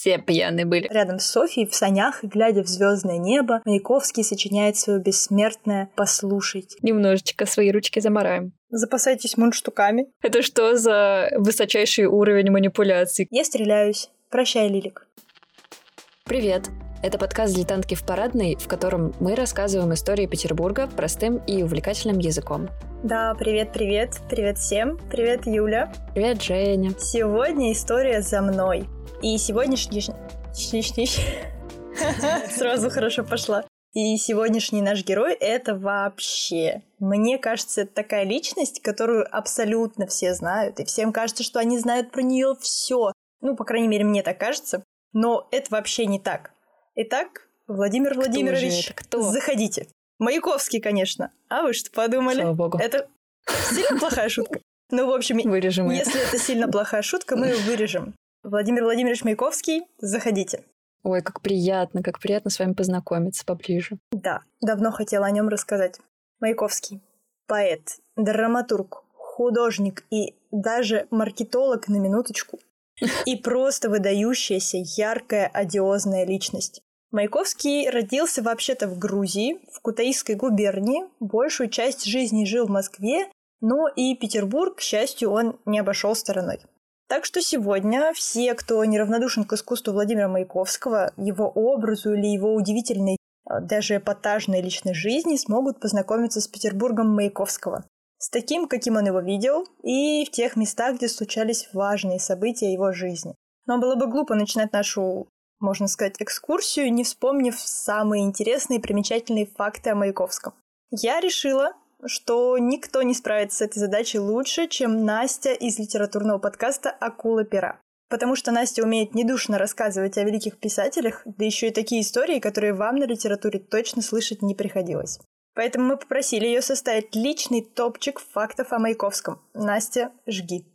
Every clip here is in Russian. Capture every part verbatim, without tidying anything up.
все пьяные были. Рядом с Софьей в санях, глядя в звездное небо, Маяковский сочиняет свое бессмертное «Послушать». Немножечко свои ручки замараем. Запасайтесь мундштуками. Это что за высочайший уровень манипуляций? Я стреляюсь. Прощай, Лилик. Привет. Это подкаст «Дилетантки в парадной», в котором мы рассказываем истории Петербурга простым и увлекательным языком. Да, привет-привет. Привет всем. Привет, Юля. Привет, Женя. Сегодня история за мной. И сегодняшний... Сразу хорошо пошла. И сегодняшний наш герой — это вообще... Мне кажется, это такая личность, которую абсолютно все знают. И всем кажется, что они знают про нее все. Ну, по крайней мере, мне так кажется. Но это вообще не так. Итак, Владимир Кто Владимирович, это? Кто? заходите. Маяковский, конечно. А вы что подумали? Слава богу. Это сильно плохая шутка. Ну, в общем, Вырежем ее. если это сильно плохая шутка, мы ее вырежем. Владимир Владимирович Маяковский, заходите. Ой, как приятно, как приятно с вами познакомиться поближе. Да, давно хотела о нем рассказать. Маяковский — поэт, драматург, художник и даже маркетолог на минуточку. И просто выдающаяся, яркая, одиозная личность. Маяковский родился вообще-то в Грузии, в Кутаисской губернии, большую часть жизни жил в Москве, но и Петербург, к счастью, он не обошел стороной. Так что сегодня все, кто неравнодушен к искусству Владимира Маяковского, его образу или его удивительной, даже эпатажной личной жизни, смогут познакомиться с Петербургом Маяковского. С таким, каким он его видел, и в тех местах, где случались важные события его жизни. Но было бы глупо начинать нашу, можно сказать, экскурсию, не вспомнив самые интересные и примечательные факты о Маяковском. Я решила, что никто не справится с этой задачей лучше, чем Настя из литературного подкаста «Акула пера». Потому что Настя умеет недушно рассказывать о великих писателях, да еще и такие истории, которые вам на литературе точно слышать не приходилось. Поэтому мы попросили ее составить личный топчик фактов о Маяковском. Настя, жги.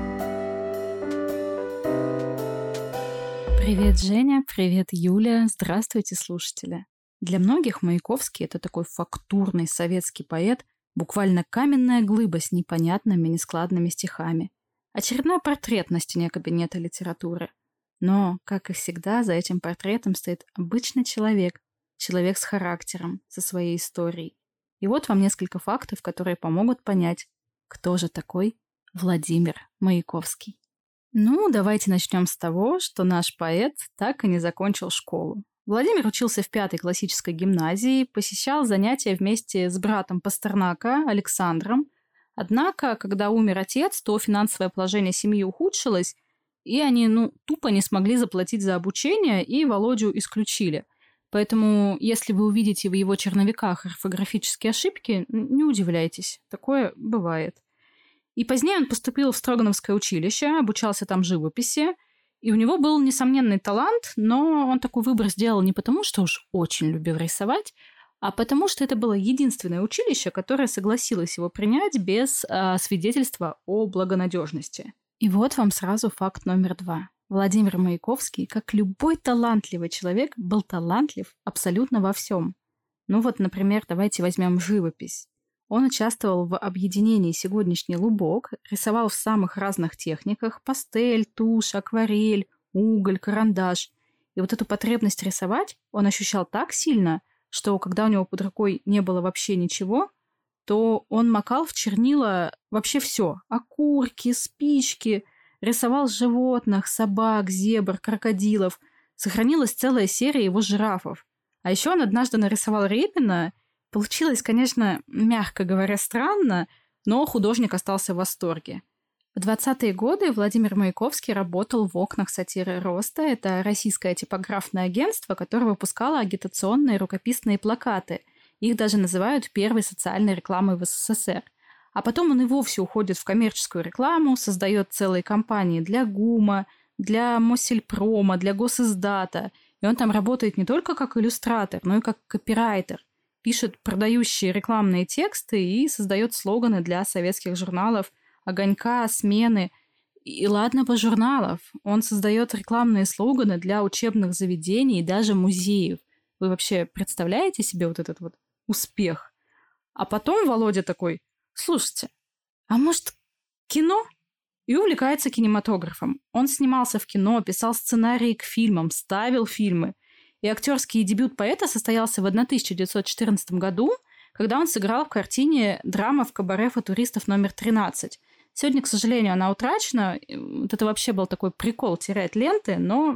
Привет, Женя, привет, Юля, здравствуйте, слушатели. Для многих Маяковский — это такой фактурный советский поэт, буквально каменная глыба с непонятными, нескладными стихами. Очередной портрет на стене кабинета литературы. Но, как и всегда, за этим портретом стоит обычный человек, человек с характером, со своей историей. И вот вам несколько фактов, которые помогут понять, кто же такой Владимир Маяковский. Ну, давайте начнем с того, что наш поэт так и не закончил школу. Владимир учился в пятой классической гимназии, посещал занятия вместе с братом Пастернака Александром. Однако, когда умер отец, то финансовое положение семьи ухудшилось, и они, ну, тупо не смогли заплатить за обучение, и Володю исключили. Поэтому, если вы увидите в его черновиках орфографические ошибки, не удивляйтесь, такое бывает. И позднее он поступил в Строгановское училище, обучался там живописи, и у него был несомненный талант, но он такой выбор сделал не потому, что уж очень любил рисовать, а потому что это было единственное училище, которое согласилось его принять без а, свидетельства о благонадежности. И вот вам сразу факт номер два. Владимир Маяковский, как любой талантливый человек, был талантлив абсолютно во всем. Ну вот, например, давайте возьмем живопись. Он участвовал в объединении «Сегодняшний лубок», рисовал в самых разных техниках: пастель, тушь, акварель, уголь, карандаш. И вот эту потребность рисовать он ощущал так сильно, что когда у него под рукой не было вообще ничего, то он макал в чернила вообще все: окурки, спички, рисовал животных, собак, зебр, крокодилов. Сохранилась целая серия его жирафов. А еще он однажды нарисовал Репина. Получилось, конечно, мягко говоря, странно, но художник остался в восторге. В двадцатые годы Владимир Маяковский работал в «Окнах сатиры роста». Это российское типографное агентство, которое выпускало агитационные рукописные плакаты. Их даже называют первой социальной рекламой в СССР. А потом он и вовсе уходит в коммерческую рекламу, создает целые компании для ГУМа, для Моссельпрома, для Госиздата. И он там работает не только как иллюстратор, но и как копирайтер. Пишет продающие рекламные тексты и создает слоганы для советских журналов «Огонька», «Смены». И ладно бы журналов. Он создает рекламные слоганы для учебных заведений и даже музеев. Вы вообще представляете себе вот этот вот успех? А потом Володя такой: слушайте, а может, кино? и увлекается кинематографом. Он снимался в кино, писал сценарии к фильмам, ставил фильмы. И актерский дебют поэта состоялся в тысяча девятьсот четырнадцатом году, когда он сыграл в картине «Драма в кабаре футуристов номер тринадцать». Сегодня, к сожалению, она утрачена. Вот это вообще был такой прикол терять ленты, но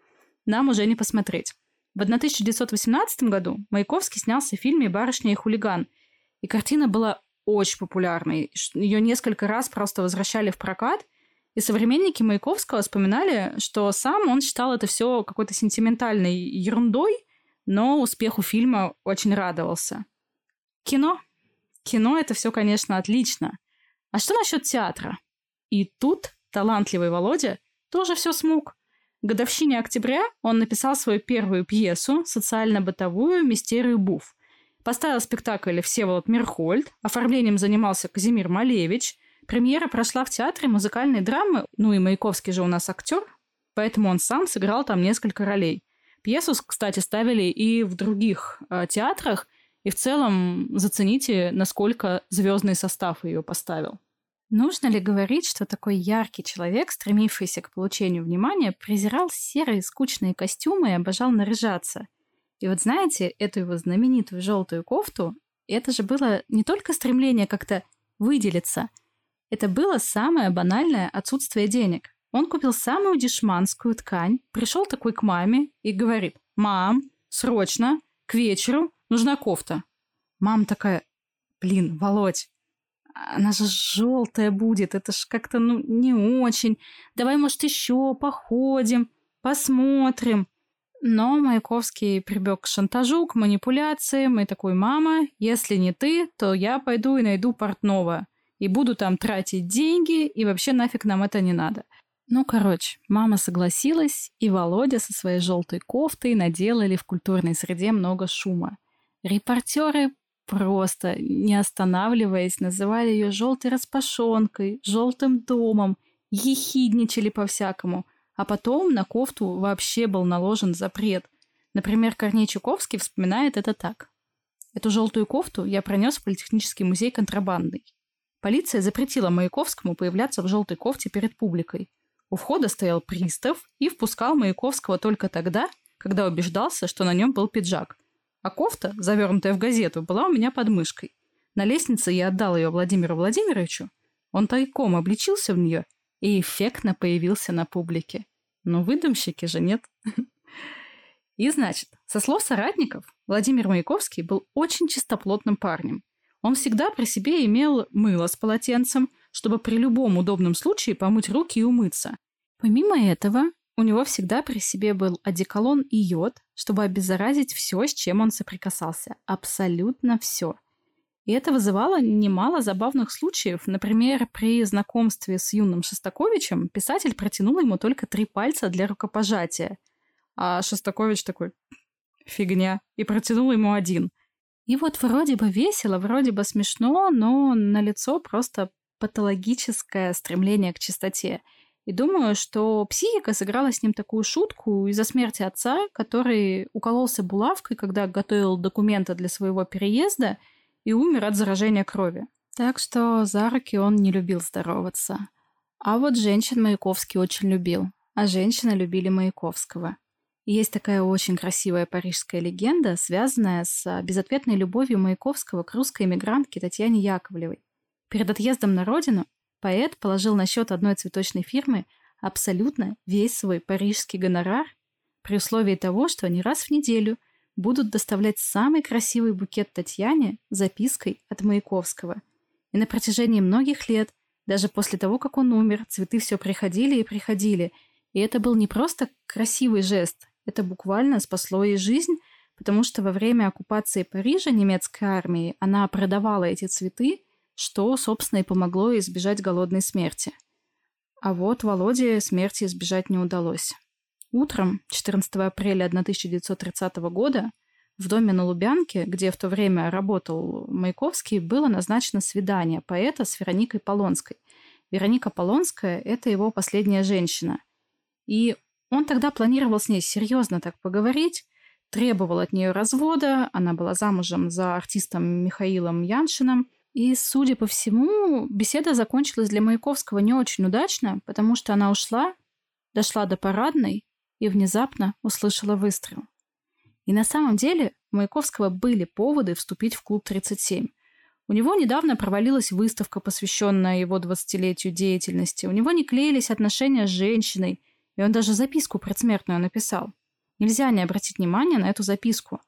нам уже не посмотреть. В тысяча девятьсот восемнадцатом году Маяковский снялся в фильме «Барышня и хулиган». И картина была очень популярной. Ее несколько раз просто возвращали в прокат. И современники Маяковского вспоминали, что сам он считал это все какой-то сентиментальной ерундой, но успеху фильма очень радовался. Кино. Кино — это все, конечно, отлично. А что насчет театра? И тут талантливый Володя тоже все смог. К годовщине октября он написал свою первую пьесу, социально-бытовую «Мистерию Буф». Поставил спектакль Всеволод Мирхольд, оформлением занимался Казимир Малевич. Премьера прошла в театре музыкальной драмы, ну и Маяковский же у нас актер, поэтому он сам сыграл там несколько ролей. Пьесу, кстати, ставили и в других э, театрах, и в целом зацените, насколько звездный состав ее поставил. Нужно ли говорить, что такой яркий человек, стремившийся к получению внимания, презирал серые скучные костюмы и обожал наряжаться? И вот знаете, эту его знаменитую желтую кофту, это же было не только стремление как-то выделиться, это было самое банальное отсутствие денег. Он купил самую дешманскую ткань, пришел такой к маме и говорит: «Мам, срочно, к вечеру нужна кофта». Мама такая: «Блин, Володь, она же желтая будет, это ж как-то ну не очень. Давай, может, еще походим, посмотрим». Но Маяковский прибег к шантажу, к манипуляциям и такой: «Мама, если не ты, то я пойду и найду портного. И буду там тратить деньги, и вообще нафиг нам это не надо». Ну, короче, мама согласилась, и Володя со своей желтой кофтой наделали в культурной среде много шума. Репортеры, просто не останавливаясь, называли ее желтой распашонкой, желтым домом, ехидничали по-всякому. А потом на кофту вообще был наложен запрет. Например, Корней Чуковский вспоминает это так: «Эту желтую кофту я пронес в Политехнический музей контрабандой. Полиция запретила Маяковскому появляться в желтой кофте перед публикой. У входа стоял пристав и впускал Маяковского только тогда, когда убеждался, что на нем был пиджак. А кофта, завернутая в газету, была у меня под мышкой. На лестнице я отдал ее Владимиру Владимировичу. Он тайком облачился в нее и эффектно появился на публике. Но выдумщики же нет». И значит, со слов соратников, Владимир Маяковский был очень чистоплотным парнем. Он всегда при себе имел мыло с полотенцем, чтобы при любом удобном случае помыть руки и умыться. Помимо этого, у него всегда при себе был одеколон и йод, чтобы обеззаразить все, с чем он соприкасался. Абсолютно все. И это вызывало немало забавных случаев. Например, при знакомстве с юным Шостаковичем писатель протянул ему только три пальца для рукопожатия. А Шостакович такой: «Фигня», и протянул ему один. И вот вроде бы весело, вроде бы смешно, но налицо просто патологическое стремление к чистоте. И думаю, что психика сыграла с ним такую шутку из-за смерти отца, который укололся булавкой, когда готовил документы для своего переезда, и умер от заражения крови. Так что за руки он не любил здороваться. А вот женщин Маяковский очень любил, а женщины любили Маяковского. И есть такая очень красивая парижская легенда, связанная с безответной любовью Маяковского к русской эмигрантке Татьяне Яковлевой. Перед отъездом на родину поэт положил на счет одной цветочной фирмы абсолютно весь свой парижский гонорар, при условии того, что они раз в неделю будут доставлять самый красивый букет Татьяне с запиской от Маяковского. И на протяжении многих лет, даже после того, как он умер, цветы все приходили и приходили. И это был не просто красивый жест, это буквально спасло ей жизнь, потому что во время оккупации Парижа немецкой армией она продавала эти цветы, что, собственно, и помогло ей избежать голодной смерти. А вот Володе смерти избежать не удалось. Утром четырнадцатого апреля тысяча девятьсот тридцатого года в доме на Лубянке, где в то время работал Маяковский, было назначено свидание поэта с Вероникой Полонской. Вероника Полонская – это его последняя женщина. И он тогда планировал с ней серьезно так поговорить, требовал от нее развода, она была замужем за артистом Михаилом Яншиным, И, судя по всему, беседа закончилась для Маяковского не очень удачно, потому что она ушла, дошла до парадной и внезапно услышала выстрел. И на самом деле у Маяковского были поводы вступить в клуб тридцать семь. У него недавно провалилась выставка, посвященная его двадцатилетию деятельности. У него не клеились отношения с женщиной, и он даже записку предсмертную написал. Нельзя не обратить внимания на эту записку.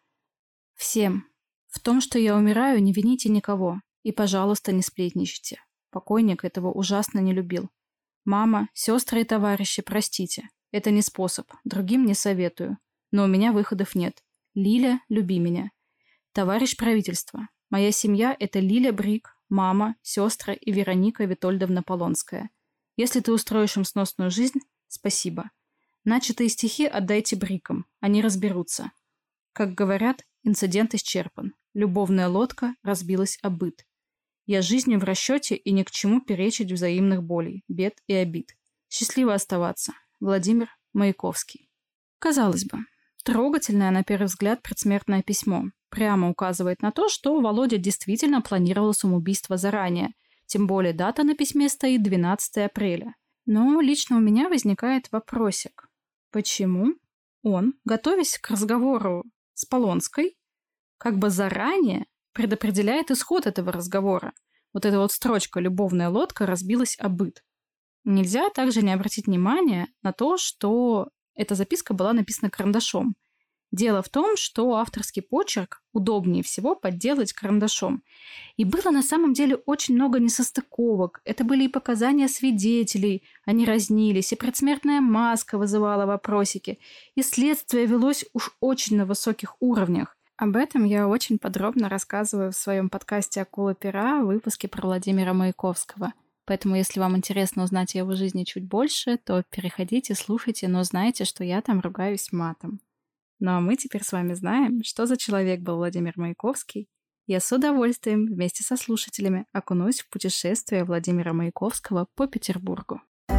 «Всем. В том, что я умираю, не вините никого. И, пожалуйста, не сплетничайте. Покойник этого ужасно не любил. Мама, сестры и товарищи, простите. Это не способ. Другим не советую. Но у меня выходов нет. Лиля, люби меня. Товарищ правительства. Моя семья – это Лиля Брик, мама, сестры и Вероника Витольдовна Полонская. Если ты устроишь им сносную жизнь, спасибо. Начатые стихи отдайте Брикам. Они разберутся. Как говорят, инцидент исчерпан. Любовная лодка разбилась о быт. Я жизнью в расчете и ни к чему перечить взаимных болей, бед и обид. Счастливо оставаться. Владимир Маяковский». Казалось бы, трогательное на первый взгляд предсмертное письмо прямо указывает на то, что Володя действительно планировал самоубийство заранее, тем более дата на письме стоит двенадцатое апреля. Но лично у меня возникает вопросик. Почему он, готовясь к разговору с Полонской, как бы заранее предопределяет исход этого разговора? Вот эта вот строчка «любовная лодка разбилась о быт». Нельзя также не обратить внимания на то, что эта записка была написана карандашом. Дело в том, что авторский почерк удобнее всего подделать карандашом. И было на самом деле очень много несостыковок. Это были и показания свидетелей, они разнились, и предсмертная маска вызывала вопросики, и следствие велось уж очень на высоких уровнях. Об этом я очень подробно рассказываю в своем подкасте «Акула пера» в выпуске про Владимира Маяковского. Поэтому, если вам интересно узнать о его жизни чуть больше, то переходите, слушайте, но знайте, что я там ругаюсь матом. Ну а мы теперь с вами знаем, что за человек был Владимир Маяковский. Я с удовольствием вместе со слушателями окунусь в путешествие Владимира Маяковского по Петербургу.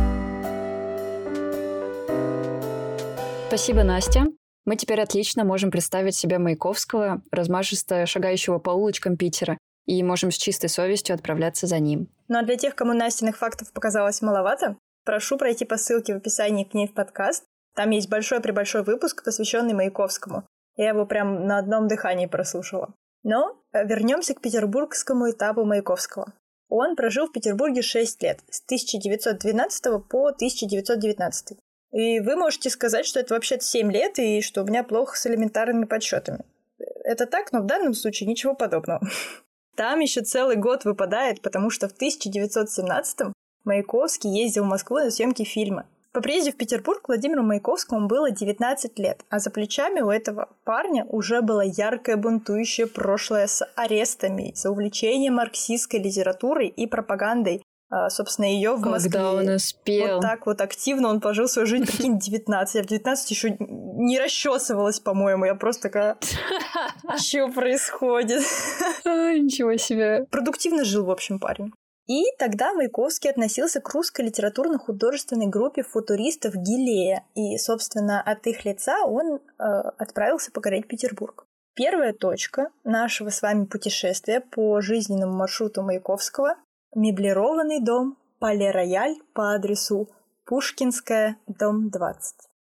Спасибо, Настя. Мы теперь отлично можем представить себе Маяковского, размашисто шагающего по улочкам Питера, и можем с чистой совестью отправляться за ним. Ну а для тех, кому Настиных фактов показалось маловато, прошу пройти по ссылке в описании к ней в подкаст. Там есть большой-пребольшой выпуск, посвященный Маяковскому. Я его прям на одном дыхании прослушала. Но вернемся к петербургскому этапу Маяковского. Он прожил в Петербурге шесть лет, с тысяча девятьсот двенадцатого по тысяча девятьсот девятнадцатый. И вы можете сказать, что это вообще-то семь лет, и что у меня плохо с элементарными подсчетами. Это так, но в данном случае ничего подобного. Там еще целый год выпадает, потому что в тысяча девятьсот семнадцатом Маяковский ездил в Москву на съемки фильма. По приезде в Петербург Владимиру Маяковскому было девятнадцать лет, а за плечами у этого парня уже было яркое бунтующее прошлое с арестами, за увлечение марксистской литературой и пропагандой. А, собственно, ее в Москве. Когда он успел. Вот так вот активно он пожил свою жизнь, прикинь, девятнадцать. Я в девятнадцать еще не расчесывалась, по-моему. Я просто такая... Что происходит? Ничего себе. Продуктивно жил, в общем, парень. И тогда Маяковский относился к русской литературно-художественной группе футуристов Гилея. И, собственно, от их лица он э, отправился покорять Петербург. Первая точка нашего с вами путешествия по жизненному маршруту Маяковского — меблированный дом Пале-Рояль по адресу Пушкинская, дом двадцать.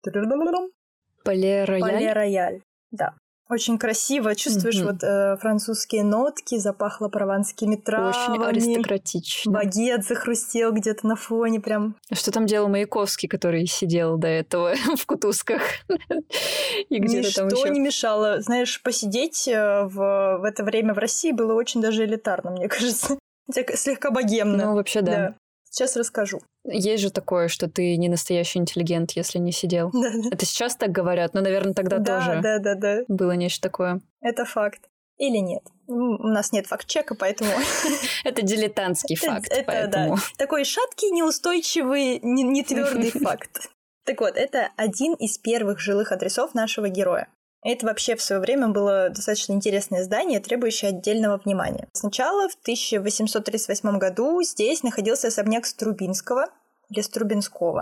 Пале-Рояль? Пале-Рояль, да. Очень красиво, чувствуешь mm-hmm. вот э, французские нотки, запахло прованскими травами. Очень аристократично. Багет захрустел где-то на фоне прям. Что там делал Маяковский, который сидел до этого в кутузках? И где-то там Ничто еще. не мешало. Знаешь, посидеть в, в это время в России было очень даже элитарно, мне кажется. Слегка богемно. Ну, вообще, да. да. Сейчас расскажу. Есть же такое, что ты не настоящий интеллигент, если не сидел. Да, да. Это сейчас так говорят, но, наверное, тогда да, тоже да, да, да. было нечто такое. Это факт. Или нет. У нас нет факт-чека, поэтому... Это дилетантский факт, это, поэтому... Да. Такой шаткий, неустойчивый, нетвердый факт. Так вот, это один из первых жилых адресов нашего героя. Это вообще в свое время было достаточно интересное здание, требующее отдельного внимания. Сначала в тысяча восемьсот тридцать восьмом году здесь находился особняк Струбинского или Струбинского.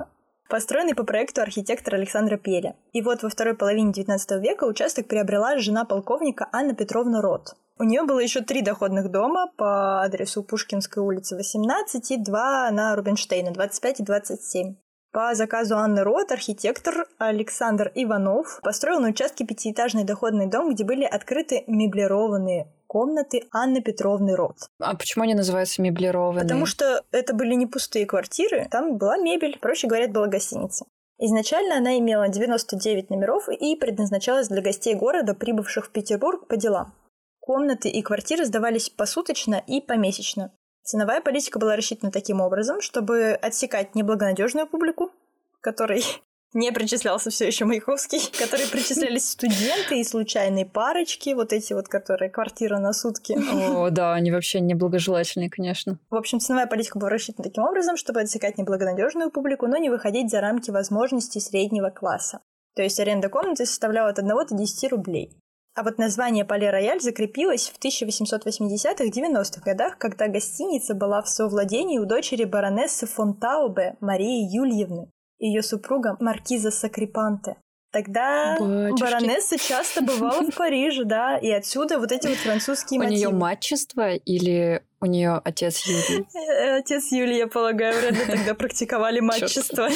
построенный по проекту архитектора Александра Пеля. И вот во второй половине девятнадцатого века участок приобрела жена полковника Анна Петровна Рот. У нее было еще три доходных дома по адресу Пушкинской улицы восемнадцать и два на Рубинштейна двадцать пять и двадцать семь. По заказу Анны Рот архитектор Александр Иванов построил на участке пятиэтажный доходный дом, где были открыты меблированные комнаты Анны Петровны Рот. А почему они называются меблированные? Потому что это были не пустые квартиры, там была мебель, проще говоря, это была гостиница. Изначально она имела девяносто девять номеров и предназначалась для гостей города, прибывших в Петербург по делам. Комнаты и квартиры сдавались посуточно и помесячно. Ценовая политика была рассчитана таким образом, чтобы отсекать неблагонадежную публику, которой не причислялся все еще Маяковский, которые причислялись студенты и случайные парочки, вот эти вот, которые квартира на сутки. О, да, они вообще неблагожелательные, конечно. В общем, ценовая политика была рассчитана таким образом, чтобы отсекать неблагонадежную публику, но не выходить за рамки возможностей среднего класса. То есть аренда комнаты составляла от одного до десяти рублей. А вот название «Пале Рояль» закрепилось в тысяча восемьсот восьмидесятых-девяностых годах, когда гостиница была в совладении у дочери баронессы фон Таубе Марии Юльевны и ее супруга маркиза Сакрипанте. Тогда Батюшки. Баронесса часто бывала в Париже, да, и отсюда вот эти вот французские У мотивы. нее мачество или у нее отец Юлий? Отец Юлий, я полагаю, вряд ли тогда практиковали мачество.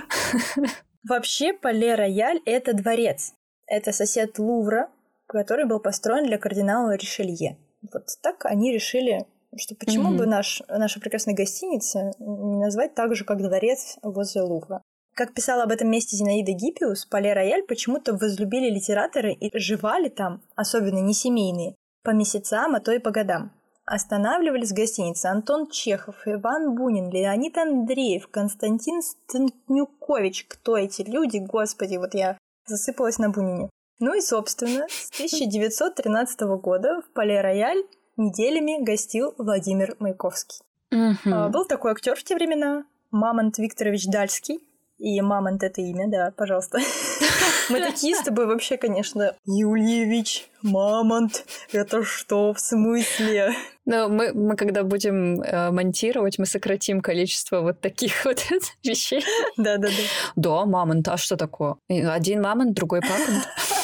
Вообще, Пале Рояль — это дворец. Это сосед Лувра, который был построен для кардинала Ришелье. Вот так они решили, что почему mm-hmm. бы наш, наша прекрасная гостиница не назвать так же, как дворец возле Лувра. Как писала об этом месте Зинаида Гиппиус, Пале Рояль почему-то возлюбили литераторы и жевали там, особенно не семейные, по месяцам, а то и по годам. Останавливались в гостинице Антон Чехов, Иван Бунин, Леонид Андреев, Константин Стантнюкович. Кто эти люди? Господи, вот я засыпалась на Бунине. Ну и, собственно, с тысяча девятьсот тринадцатого года в Пале Рояль неделями гостил Владимир Маяковский. Mm-hmm. А, был такой актер в те времена, Мамонт Викторович Дальский. И Мамонт — это имя, да, пожалуйста. Мы такие с тобой вообще, конечно. Юльевич, Мамонт, это что в смысле? Но мы, мы когда будем э, монтировать, мы сократим количество вот таких вот вещей. Да-да-да. Да, Мамонт, а что такое? Один Мамонт, другой Папонт.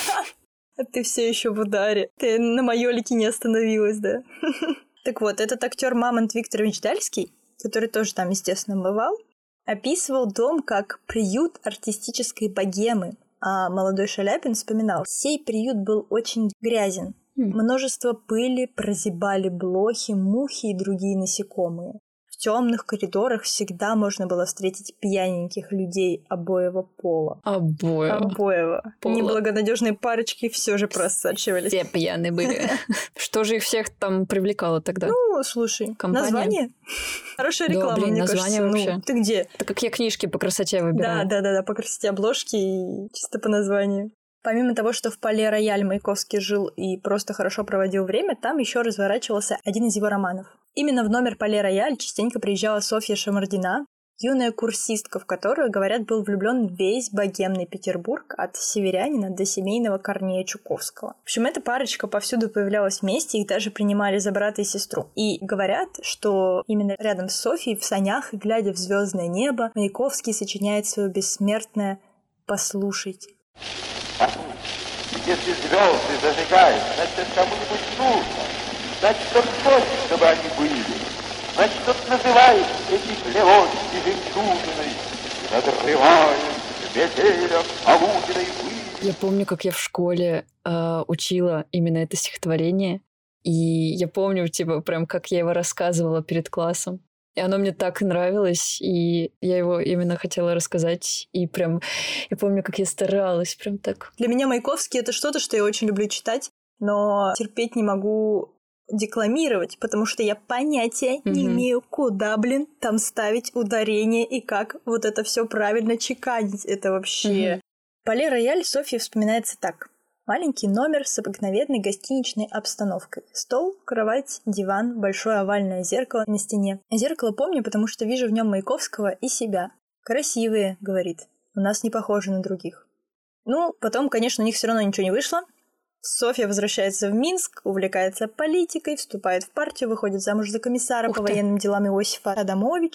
А ты все еще в ударе. Ты на майолике не остановилась, да? Так вот, этот актер Мамонт Викторович Дальский, который тоже там, естественно, бывал, описывал дом как приют артистической богемы, а молодой Шаляпин вспоминал: «Сей приют был очень грязен. Множество пыли, прозябали блохи, мухи и другие насекомые. В темных коридорах всегда можно было встретить пьяненьких людей обоего пола». Обоего. Обоего. Пола. Неблагонадежные парочки все же просачивались. Все пьяные были. Что же их всех там привлекало тогда? Ну, слушай, Компания? Название? Хорошая реклама, Да, блин, мне название кажется. вообще. Ну, ты где? Так как я книжки по красоте выбираю. Да, да, да, да, по красоте обложки и чисто по названию. Помимо того, что в Пале Рояль Маяковский жил и просто хорошо проводил время, там еще разворачивался один из его романов. Именно в номер Пале Рояль частенько приезжала Софья Шамардина, юная курсистка, в которую, говорят, был влюблен весь богемный Петербург от северянина до семейного Корнея Чуковского. В общем, эта парочка повсюду появлялась вместе, их даже принимали за брата и сестру. И говорят, что именно рядом с Софьей в санях, глядя в звездное небо, Маяковский сочиняет свое бессмертное «Послушайте». Если звезды зажигают, значит, кому-нибудь нужно. Значит, кто-то хочет, чтобы они были. Значит, кто-то называет эти плевочки жемчужиной и надрывает метелем полуденной пыли. Я помню, как я в школе э, учила именно это стихотворение. И я помню, типа, прям как я его рассказывала перед классом. И оно мне так нравилось, и я его именно хотела рассказать. И прям, я помню, как я старалась, прям так. Для меня Маяковский — это что-то, что я очень люблю читать, но терпеть не могу декламировать, потому что я понятия mm-hmm. не имею, куда, блин, там ставить ударение и как вот это все правильно чеканить. Это вообще... Mm-hmm. Пале Рояль Софья вспоминается так. Маленький номер с обыкновенной гостиничной обстановкой. Стол, кровать, диван, большое овальное зеркало на стене. Зеркало помню, потому что вижу в нем Маяковского и себя. «Красивые», — говорит, — «у нас не похожи на других». Ну, потом, конечно, у них все равно ничего не вышло. Софья возвращается в Минск, увлекается политикой, вступает в партию, выходит замуж за комиссара Ух по ты. военным делам Иосифа Адамовича.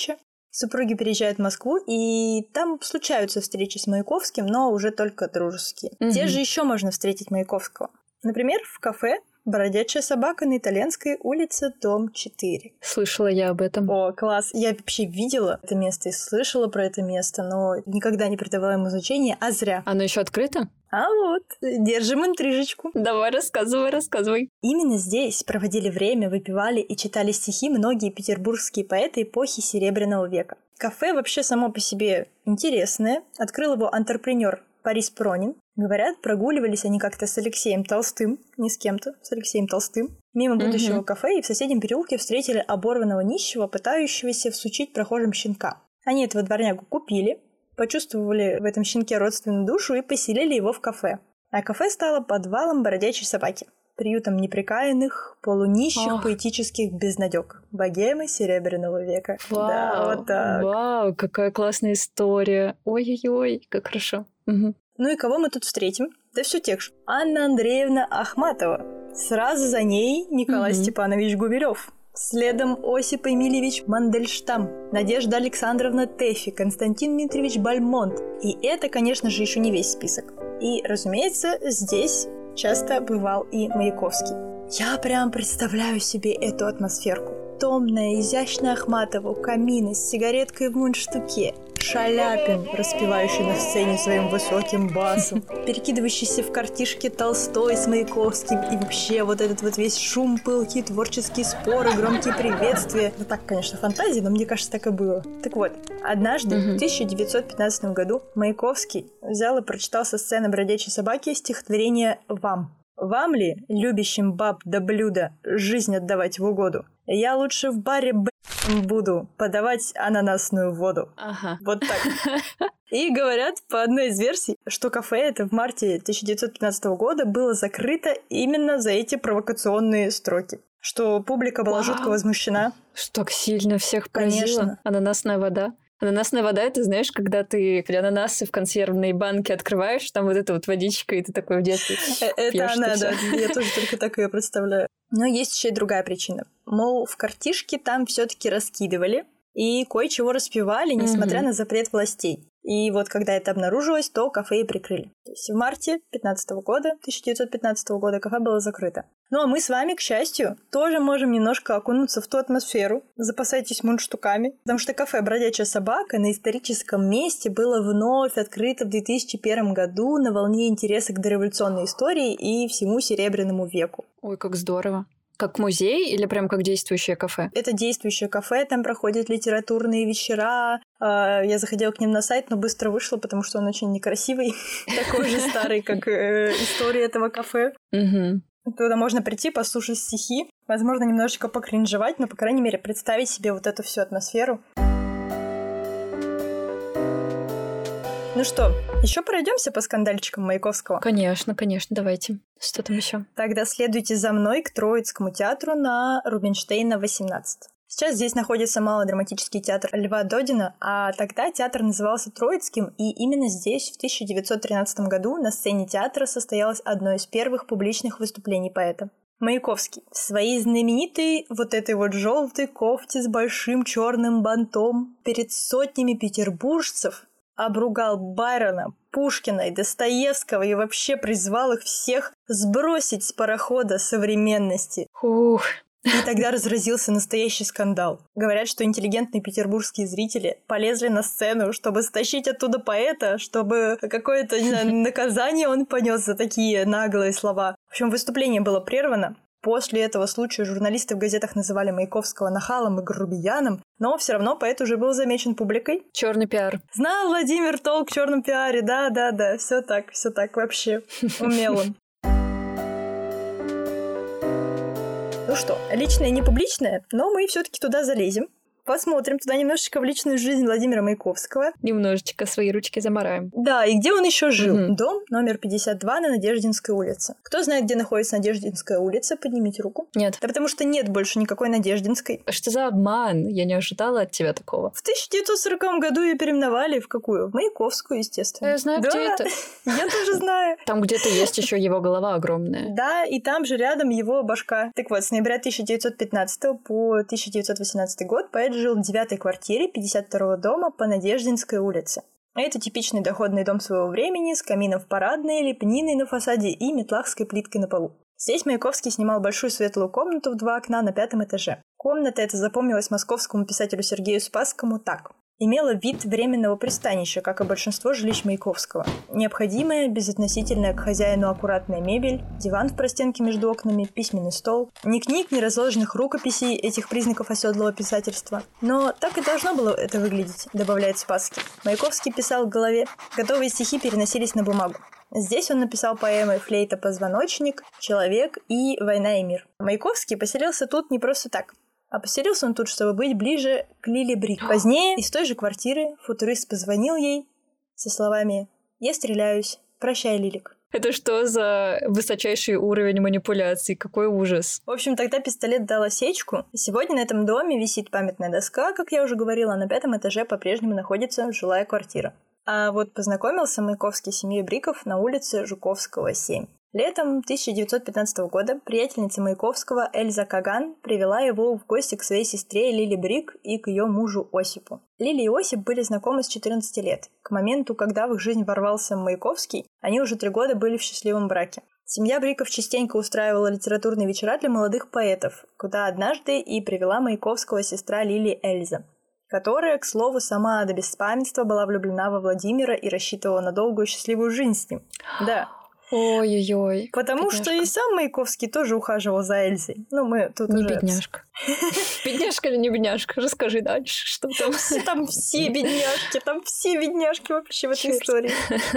Супруги переезжают в Москву, и там случаются встречи с Маяковским, но уже только дружеские. Мгм. Где же еще можно встретить Маяковского? Например, в кафе «Бродячая собака» на Итальянской улице, дом четыре. Слышала я об этом. О, класс! Я вообще видела это место и слышала про это место, но никогда не придавала ему значения, а зря. Оно еще открыто? А вот, держим интрижечку. Давай, рассказывай, рассказывай. Именно здесь проводили время, выпивали и читали стихи многие петербургские поэты эпохи Серебряного века. Кафе вообще само по себе интересное. Открыл его антрепренер Борис Пронин. Говорят, прогуливались они как-то с Алексеем Толстым, не с кем-то, с Алексеем Толстым, мимо будущего Мгм. кафе, и в соседнем переулке встретили оборванного нищего, пытающегося всучить прохожим щенка. Они этого дворнягу купили, почувствовали в этом щенке родственную душу и поселили его в кафе. А кафе стало подвалом бродячей собаки, приютом неприкаянных, полунищих, Ох. поэтических безнадёг, богемы Серебряного века. Вау, Да, вот так. вау, какая классная история. Ой-ой-ой, как хорошо. Мгм. Ну и кого мы тут встретим? Да все тех же. Анна Андреевна Ахматова. Сразу за ней Николай Мгм. Степанович Гумилёв. Следом Осип Эмильевич Мандельштам, Надежда Александровна Тэфи, Константин Дмитриевич Бальмонт. И это, конечно же, еще не весь список. И, разумеется, здесь часто бывал и Маяковский. Я прям представляю себе эту атмосферку. Томная, изящная Ахматова у камина с сигареткой в мундштуке. Шаляпин, распевающий на сцене своим высоким басом, перекидывающийся в картишке Толстой с Маяковским, и вообще вот этот вот весь шум, пылкие творческие споры, громкие приветствия. Ну так, конечно, фантазия, но мне кажется, так и было. Так вот, однажды Мгм. в тысяча девятьсот пятнадцатом году Маяковский взял и прочитал со сцены «Бродячей собаки» стихотворение «Вам». «Вам ли, любящим баб да блюда, жизнь отдавать в угоду? Я лучше в баре б*** буду подавать ананасную воду». Ага. Вот так. И говорят, по одной из версий, что кафе это в марте тысяча девятьсот пятнадцатого года было закрыто именно за эти провокационные строки. Что публика была Вау. жутко возмущена. Что так сильно всех поразило. Конечно. Ананасная вода. Ананасная вода, это, знаешь, когда ты ананасы в консервной банке открываешь, там вот эта вот водичка, и ты такой в детстве Э, Это пьёшь она, это да. всё. Я тоже только так ее представляю. Но есть еще и другая причина. Мол, в картишке там все-таки раскидывали и кое-чего распевали, несмотря Мгм. на запрет властей. И вот когда это обнаружилось, то кафе и прикрыли. То есть в марте пятнадцатого года, тысяча девятьсот пятнадцатого года кафе было закрыто. Ну а мы с вами, к счастью, тоже можем немножко окунуться в ту атмосферу. Запасайтесь мундштуками. Потому что кафе «Бродячая собака» на историческом месте было вновь открыто в две тысячи первом году на волне интереса к дореволюционной истории и всему Серебряному веку. Ой, как здорово. Как музей или прям как действующее кафе? Это действующее кафе, там проходят литературные вечера. А, Я заходила к ним на сайт, но быстро вышла, потому что он очень некрасивый. Такой же старый, как э, история этого кафе. Мгм. Туда можно прийти, послушать стихи, возможно, немножечко покринжевать, но, по крайней мере, представить себе вот эту всю атмосферу. Ну что, еще пройдемся по скандальчикам Маяковского? Конечно, конечно, давайте. Что там еще? Тогда следуйте за мной к Троицкому театру на Рубинштейна, восемнадцать. Сейчас здесь находится малодраматический театр Льва Додина, а тогда театр назывался Троицким, и именно здесь в тысяча девятьсот тринадцатом году на сцене театра состоялось одно из первых публичных выступлений поэта. Маяковский в своей знаменитой вот этой вот желтой кофте с большим черным бантом перед сотнями петербуржцев обругал Байрона, Пушкина и Достоевского и вообще призвал их всех сбросить с парохода современности. Ух. И тогда разразился настоящий скандал. Говорят, что интеллигентные петербургские зрители полезли на сцену, чтобы стащить оттуда поэта, чтобы какое-то, не знаю, наказание он понес за такие наглые слова. В общем, выступление было прервано. После этого случая журналисты в газетах называли Маяковского нахалом и грубияном, но все равно поэт уже был замечен публикой. Черный пиар. Знал Владимир толк в черном пиаре, да-да-да, все так, все так вообще. Умел он. Ну что, личное не публичное, но мы все-таки туда залезем. Посмотрим туда немножечко в личную жизнь Владимира Маяковского. Немножечко свои ручки замараем. Да, и где он еще жил? Мгм. Дом номер пятьдесят два на Надеждинской улице. Кто знает, где находится Надеждинская улица? Поднимите руку. Нет. Да потому что нет больше никакой Надеждинской. Что за обман? Я не ожидала от тебя такого. В тысяча девятьсот сороковом году ее переименовали в какую? В Маяковскую, естественно. Я знаю, Да, где это. я тоже знаю. Там где-то есть еще его голова огромная. Да, и там же рядом его башка. Так вот, с ноября тысяча девятьсот пятнадцатого по тысяча девятьсот восемнадцатый год поэт жил в девятой квартире пятьдесят второго дома по Надеждинской улице. Это типичный доходный дом своего времени с камином в парадной, лепниной на фасаде и метлахской плиткой на полу. Здесь Маяковский снимал большую светлую комнату в два окна на пятом этаже. Комната эта запомнилась московскому писателю Сергею Спасскому так. Имела вид временного пристанища, как и большинство жилищ Маяковского. Необходимая, безотносительная к хозяину аккуратная мебель, диван в простенке между окнами, письменный стол. Ни книг, ни разложенных рукописей, этих признаков оседлого писательства. Но так и должно было это выглядеть, добавляет Спасский. Маяковский писал в голове, готовые стихи переносились на бумагу. Здесь он написал поэмы «Флейта-позвоночник», «Человек» и «Война и мир». Маяковский поселился тут не просто так. А поселился он тут, чтобы быть ближе к Лиле Брик. Позднее из той же квартиры футурист позвонил ей со словами «Я стреляюсь. Прощай, Лилик». Это что за высочайший уровень манипуляций? Какой ужас. В общем, тогда пистолет дал осечку. Сегодня на этом доме висит памятная доска, как я уже говорила, а на пятом этаже по-прежнему находится жилая квартира. А вот познакомился Маяковский с семьей Бриков на улице Жуковского, семь. Летом тысяча девятьсот пятнадцатого года приятельница Маяковского Эльза Каган привела его в гости к своей сестре Лиле Брик и к ее мужу Осипу. Лиля и Осип были знакомы с четырнадцати лет. К моменту, когда в их жизнь ворвался Маяковский, они уже три года были в счастливом браке. Семья Бриков частенько устраивала литературные вечера для молодых поэтов, куда однажды и привела Маяковского сестра Лили Эльза, которая, к слову, сама до беспамятства была влюблена во Владимира и рассчитывала на долгую счастливую жизнь с ним. Да. Ой-ой-ой. Потому бедняжка. Что и сам Маяковский тоже ухаживал за Эльзой. Ну, мы тут не уже... бедняжка. Бедняжка или не бедняжка? Расскажи дальше, что там. Там все бедняжки, там все бедняжки вообще в этой истории.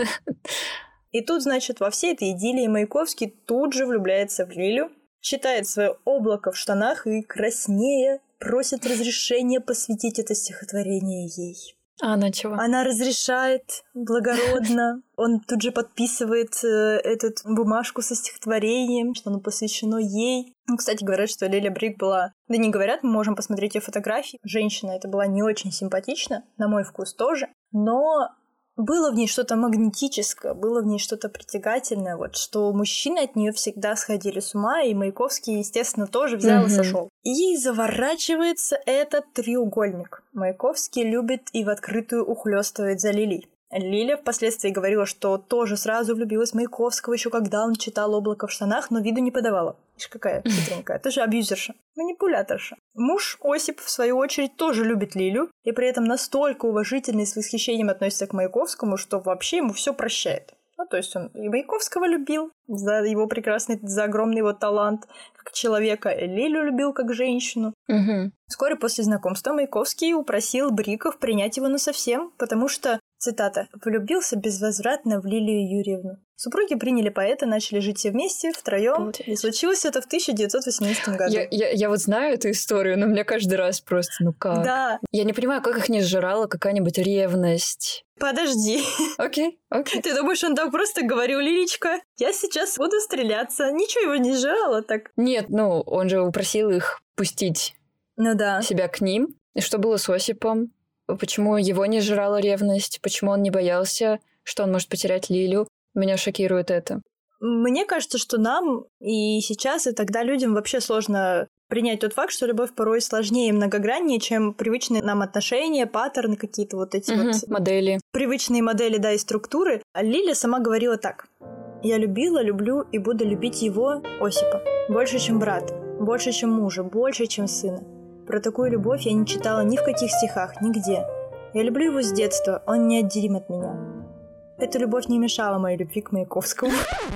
И тут, значит, во всей этой идиллии Маяковский тут же влюбляется в Лилю, читает свое облако в штанах и, краснея, просит разрешения посвятить это стихотворение ей. А она чего? Она разрешает благородно. Он тут же подписывает э, эту бумажку со стихотворением, что оно посвящено ей. Ну, кстати, говорят, что Лиля Брик была... Да не говорят, мы можем посмотреть ее фотографии. Женщина эта была не очень симпатична, на мой вкус тоже. Но было в ней что-то магнетическое, было в ней что-то притягательное, вот, что мужчины от нее всегда сходили с ума, и Маяковский, естественно, тоже взял mm-hmm. и сошел. И заворачивается этот треугольник. Маяковский любит и в открытую ухлёстывает за Лилей. Лиля впоследствии говорила, что тоже сразу влюбилась в Маяковского, еще когда он читал «Облако в штанах», но виду не подавала. Ишь, какая хитренькая. Это же абьюзерша, манипуляторша. Муж Осип, в свою очередь, тоже любит Лилю, и при этом настолько уважительно и с восхищением относится к Маяковскому, что вообще ему все прощает. Ну, то есть он и Маяковского любил за его прекрасный, за огромный его талант как человека, и Лилю любил как женщину. Угу. Вскоре после знакомства Маяковский упросил Бриков принять его насовсем, потому что, цитата, «влюбился безвозвратно в Лилию Юрьевну». Супруги приняли поэта, начали жить все вместе, втроем. И случилось это в тысяча девятьсот восемнадцатом году. Я, я, я вот знаю эту историю, но мне каждый раз просто, ну как? Да. Я не понимаю, как их не сжирала какая-нибудь ревность. Подожди. Окей, окей. Ты думаешь, он так просто говорил: Лилечка, я сейчас буду стреляться? Ничего его не сжирало так? Нет, ну, он же упросил их пустить ну, да. себя к ним. И что было с Осипом? Почему его не сжирала ревность? Почему он не боялся, что он может потерять Лилю? Меня шокирует это. Мне кажется, что нам и сейчас, и тогда людям вообще сложно принять тот факт, что любовь порой сложнее и многограннее, чем привычные нам отношения, паттерны какие-то вот эти угу, вот... модели. Привычные модели, да, и структуры. А Лиля сама говорила так. «Я любила, люблю и буду любить его, Осипа, больше, чем брата, больше, чем мужа, больше, чем сына. Про такую любовь я не читала ни в каких стихах, нигде. Я люблю его с детства, он неотделим от меня». Эта любовь не мешала моей любви к Маяковскому.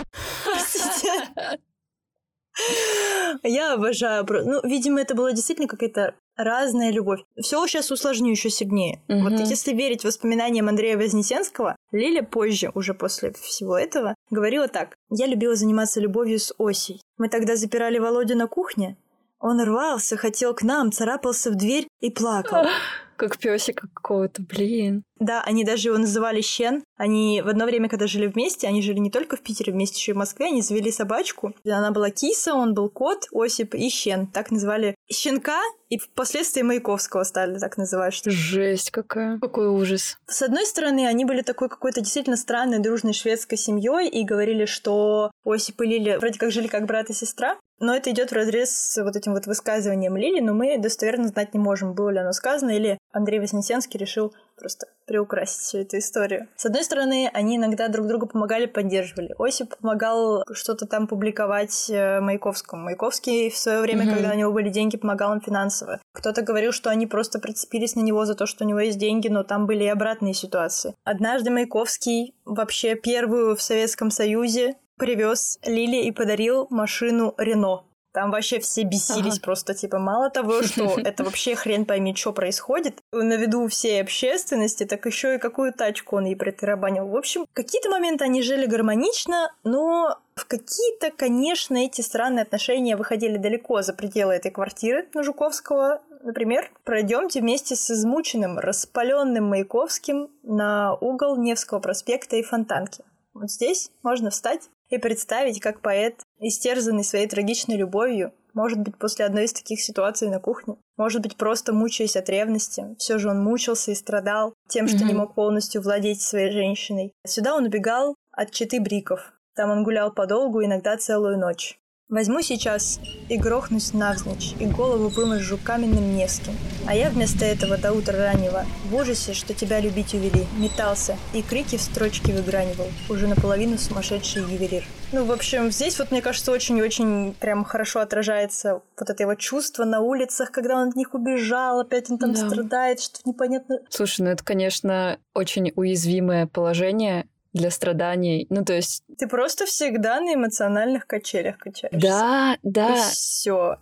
Я обожаю. Ну, видимо, это была действительно какая-то разная любовь. Все сейчас усложню еще сильнее. Mm-hmm. Вот если верить воспоминаниям Андрея Вознесенского, Лиля позже, уже после всего этого, говорила так. «Я любила заниматься любовью с Осей. Мы тогда запирали Володю на кухне. Он рвался, хотел к нам, царапался в дверь и плакал». Как пёсик какого-то, блин. Да, они даже его называли Щен. Они в одно время, когда жили вместе, они жили не только в Питере, вместе еще и в Москве, они завели собачку. Она была киса, он был кот, Осип и Щен. Так называли щенка, и впоследствии Маяковского стали так называть. Что... Жесть какая. Какой ужас. С одной стороны, они были такой какой-то действительно странной, дружной шведской семьей и говорили, что Осип и Лиля вроде как жили как брат и сестра. Но это идет вразрез с вот этим вот высказыванием Лили, но мы достоверно знать не можем, было ли оно сказано, или Андрей Вознесенский решил просто приукрасить всю эту историю. С одной стороны, они иногда друг другу помогали, поддерживали. Осип помогал что-то там публиковать Маяковскому. Маяковский в свое время, mm-hmm. когда у него были деньги, помогал им финансово. Кто-то говорил, что они просто прицепились на него за то, что у него есть деньги, но там были и обратные ситуации. Однажды Маяковский вообще первую в Советском Союзе привез Лиле и подарил машину Рено. Там вообще все бесились ага. просто, типа, мало того, что это вообще хрен пойми, что происходит, на виду всей общественности, так еще и какую тачку он ей притарабанил. В общем, в какие-то моменты они жили гармонично, но в какие-то, конечно, эти странные отношения выходили далеко за пределы этой квартиры на Жуковского. Например, пройдемте вместе с измученным, распаленным Маяковским на угол Невского проспекта и Фонтанки. Вот здесь можно встать и представить, как поэт, истерзанный своей трагичной любовью, может быть, после одной из таких ситуаций на кухне, может быть, просто мучаясь от ревности, все же он мучился и страдал тем, что mm-hmm. не мог полностью владеть своей женщиной. Сюда он убегал от четы Бриков. Там он гулял подолгу, иногда целую ночь. Возьму сейчас и грохнусь навзничь, и голову вымажу каменным Невским. А я вместо этого до утра раннего, в ужасе, что тебя любить увели, метался и крики в строчке выгранивал, уже наполовину сумасшедший ювелир. Ну, в общем, здесь вот, мне кажется, очень-очень прям хорошо отражается вот это его чувство на улицах, когда он от них убежал, опять он там да. страдает, что непонятно. Слушай, ну это, конечно, очень уязвимое положение для страданий. Ну, то есть... Ты просто всегда на эмоциональных качелях качаешься. Да, да. И всё.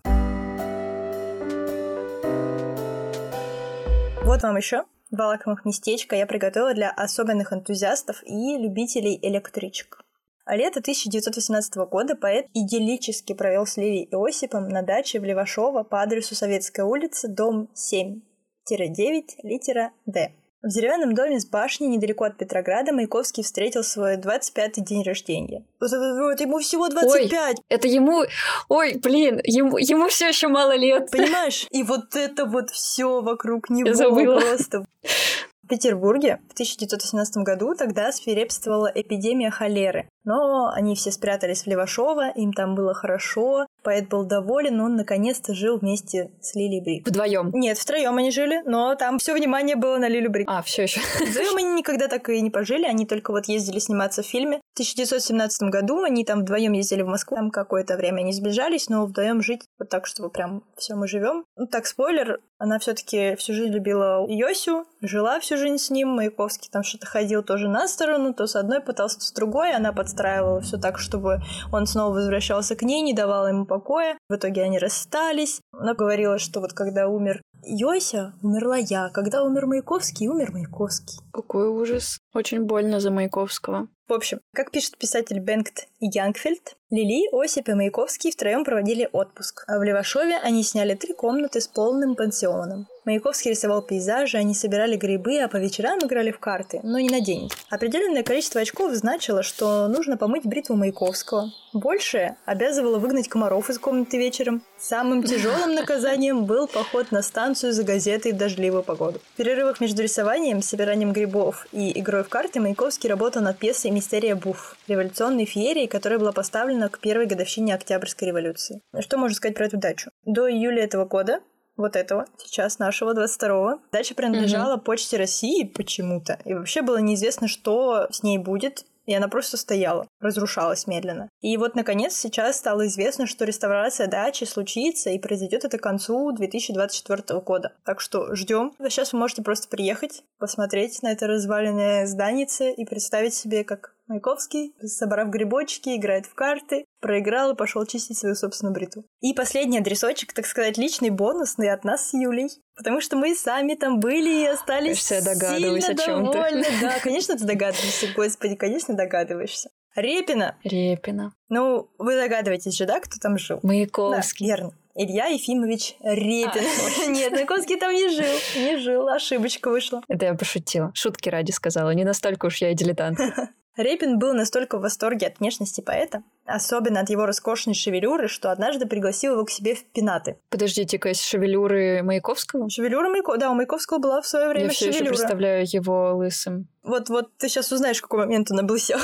Вот вам еще два лакомых местечка я приготовила для особенных энтузиастов и любителей электричек. А лето тысяча девятьсот восемнадцатого года поэт идиллически провел с Лилией и Осипом на даче в Левашово по адресу Советская улица, дом семь девять, литера Д. В деревянном доме с башней недалеко от Петрограда Маяковский встретил свой двадцать пятый день рождения. Вот, вот ему всего двадцать пять. Ой, это ему... Ой, блин, ему, ему все еще мало лет. Понимаешь? И вот это вот все вокруг него. Я забыла. Просто... В Петербурге в тысяча девятьсот восемнадцатом году тогда свирепствовала эпидемия холеры. Но они все спрятались в Левашово, им там было хорошо, поэт был доволен, он наконец-то жил вместе с Лилией Брик. Вдвоем? Нет, втроем они жили, но там все внимание было на Лилию Брик. А, все еще. Вдвоем они никогда так и не пожили, они только вот ездили сниматься в фильме. В тысяча девятьсот семнадцатом году они там вдвоем ездили в Москву, там какое-то время они сближались, но вдвоем жить вот так, чтобы прям все мы живем. Ну так, спойлер, она все-таки всю жизнь любила Йосю, жила всю жизнь с ним, Маяковский там что-то ходил тоже на сторону, то с одной пытался, то с другой, она подстраивала все так, чтобы он снова возвращался к ней, не давала ему покоя. В итоге они расстались. Она говорила, что вот когда умер Йося, умерла я. Когда умер Маяковский, умер Маяковский. Какой ужас. Очень больно за Маяковского. В общем, как пишет писатель Бенгт Янгфельд, Лили, Осип и Маяковский втроем проводили отпуск. А в Левашове они сняли три комнаты с полным пансионом. Маяковский рисовал пейзажи, они собирали грибы, а по вечерам играли в карты, но не на деньги. Определенное количество очков значило, что нужно помыть бритву Маяковского. Большее обязывало выгнать комаров из комнаты вечером. Самым тяжелым наказанием был поход на станцию за газетой в дождливую погоду. В перерывах между рисованием, собиранием грибов и игрой в карты Маяковский работал над пьесой «Мистерия Буф» революционной феерии, которая была поставлена к первой годовщине Октябрьской революции. Что можно сказать про эту дачу? До июля этого года, вот этого, сейчас нашего, двадцать второго, дача принадлежала mm-hmm. Почте России почему-то. И вообще было неизвестно, что с ней будет. И она просто стояла, разрушалась медленно. И вот, наконец, сейчас стало известно, что реставрация дачи случится, и произойдет это к концу две тысячи двадцать четвёртого года. Так что ждем. Сейчас вы можете просто приехать, посмотреть на это разваленное зданице и представить себе, как Маяковский, собрав грибочки, играет в карты, проиграл и пошел чистить свою собственную бритву. И последний адресочек, так сказать, личный бонусный от нас с Юлей. Потому что мы сами там были и остались сильно довольны. Да, конечно, ты догадываешься, господи, конечно, догадываешься. Репина. Репина. Ну, вы догадываетесь же, да, кто там жил? Маяковский. Да, верно. Илья Ефимович Репин. А, Нет, Маяковский там не жил. Не жил, ошибочка вышла. Это я пошутила. Шутки ради сказала. Не настолько уж я и дилетант. Репин был настолько в восторге от внешности поэта, особенно от его роскошной шевелюры, что однажды пригласил его к себе в пенаты. Подождите-ка, из шевелюры Маяковского? Шевелюра Маяковского, да, у Маяковского была в свое время я шевелюра. Я все еще представляю его лысым. Вот-вот ты сейчас узнаешь, в какой момент он облысел.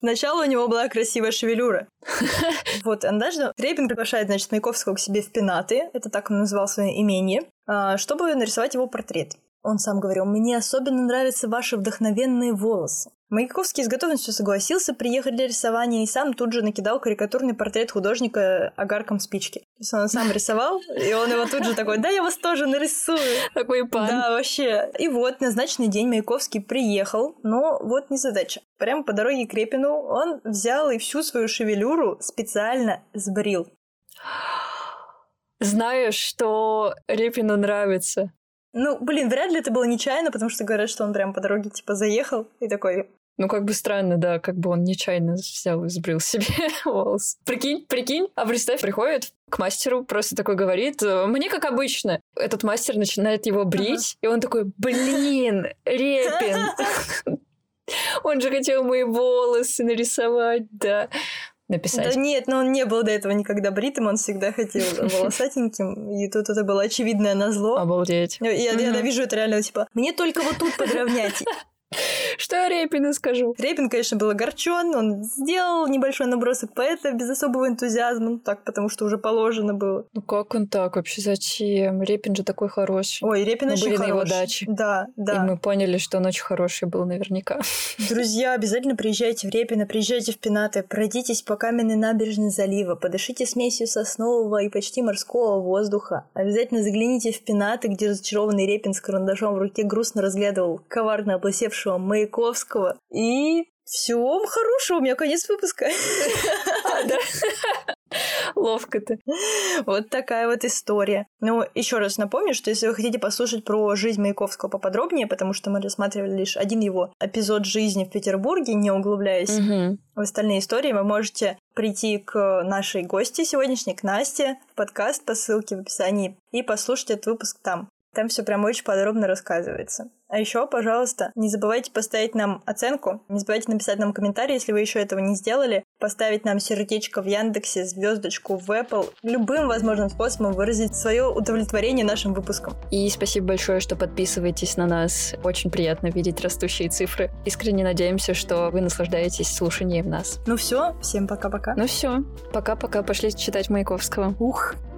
Сначала у него была красивая шевелюра. Вот, однажды Репин приглашает, значит, Маяковского к себе в пенаты, это так он называл свое имение, чтобы нарисовать его портрет. Он сам говорил: «Мне особенно нравятся ваши вдохновенные волосы». Маяковский с готовностью согласился приехать для рисования и сам тут же накидал карикатурный портрет художника огарком спички. То есть он сам рисовал, и он его тут же такой: «Да, я вас тоже нарисую». Такой пан. Да, вообще. И вот назначенный день Маяковский приехал, но вот незадача. Прямо по дороге к Репину он взял и всю свою шевелюру специально сбрил. Знаешь, что Репину нравится? Ну, блин, вряд ли это было нечаянно, потому что говорят, что он прям по дороге, типа, заехал и такой... Ну, как бы странно, да, как бы он нечаянно взял и сбрил себе волос. Прикинь, прикинь, а представь, приходит к мастеру, просто такой говорит: «Мне как обычно». Этот мастер начинает его брить, ага. И он такой: «Блин, Репин, он же хотел мои волосы нарисовать, да». Написать. Да нет, но он не был до этого никогда бритым, он всегда хотел волосатеньким, и тут это было очевидное назло. Обалдеть. Я, я, я вижу это реально, типа, мне только вот тут подровнять. Что я Репину скажу? Репин, конечно, был огорчен, он сделал небольшой набросок поэта без особого энтузиазма, так, потому что уже положено было. Ну как он так вообще? Зачем? Репин же такой хороший. Ой, Репин мы очень были хороший. на его даче. Да, да. И мы поняли, что он очень хороший был наверняка. Друзья, обязательно приезжайте в Репино, приезжайте в Пенаты, пройдитесь по каменной набережной залива, подышите смесью соснового и почти морского воздуха. Обязательно загляните в Пенаты, где разочарованный Репин с карандашом в руке грустно разглядывал коварно облысевшего Маяковского. И всего хорошего, у меня конец выпуска. Ловко ты. Вот такая вот история. Ну, еще раз напомню, что если вы хотите послушать про жизнь Маяковского поподробнее, потому что мы рассматривали лишь один его эпизод жизни в Петербурге, не углубляясь угу. в остальные истории, вы можете прийти к нашей гости сегодняшней, к Насте, в подкаст по ссылке в описании и послушать этот выпуск там. Там все прям очень подробно рассказывается. А еще, пожалуйста, не забывайте поставить нам оценку, не забывайте написать нам комментарий, если вы еще этого не сделали, поставить нам сердечко в Яндексе, звездочку в Apple, любым возможным способом выразить свое удовлетворение нашим выпуском. И спасибо большое, что подписываетесь на нас. Очень приятно видеть растущие цифры. Искренне надеемся, что вы наслаждаетесь слушанием нас. Ну все, всем пока-пока. Ну все, пока-пока, пошли читать Маяковского. Ух!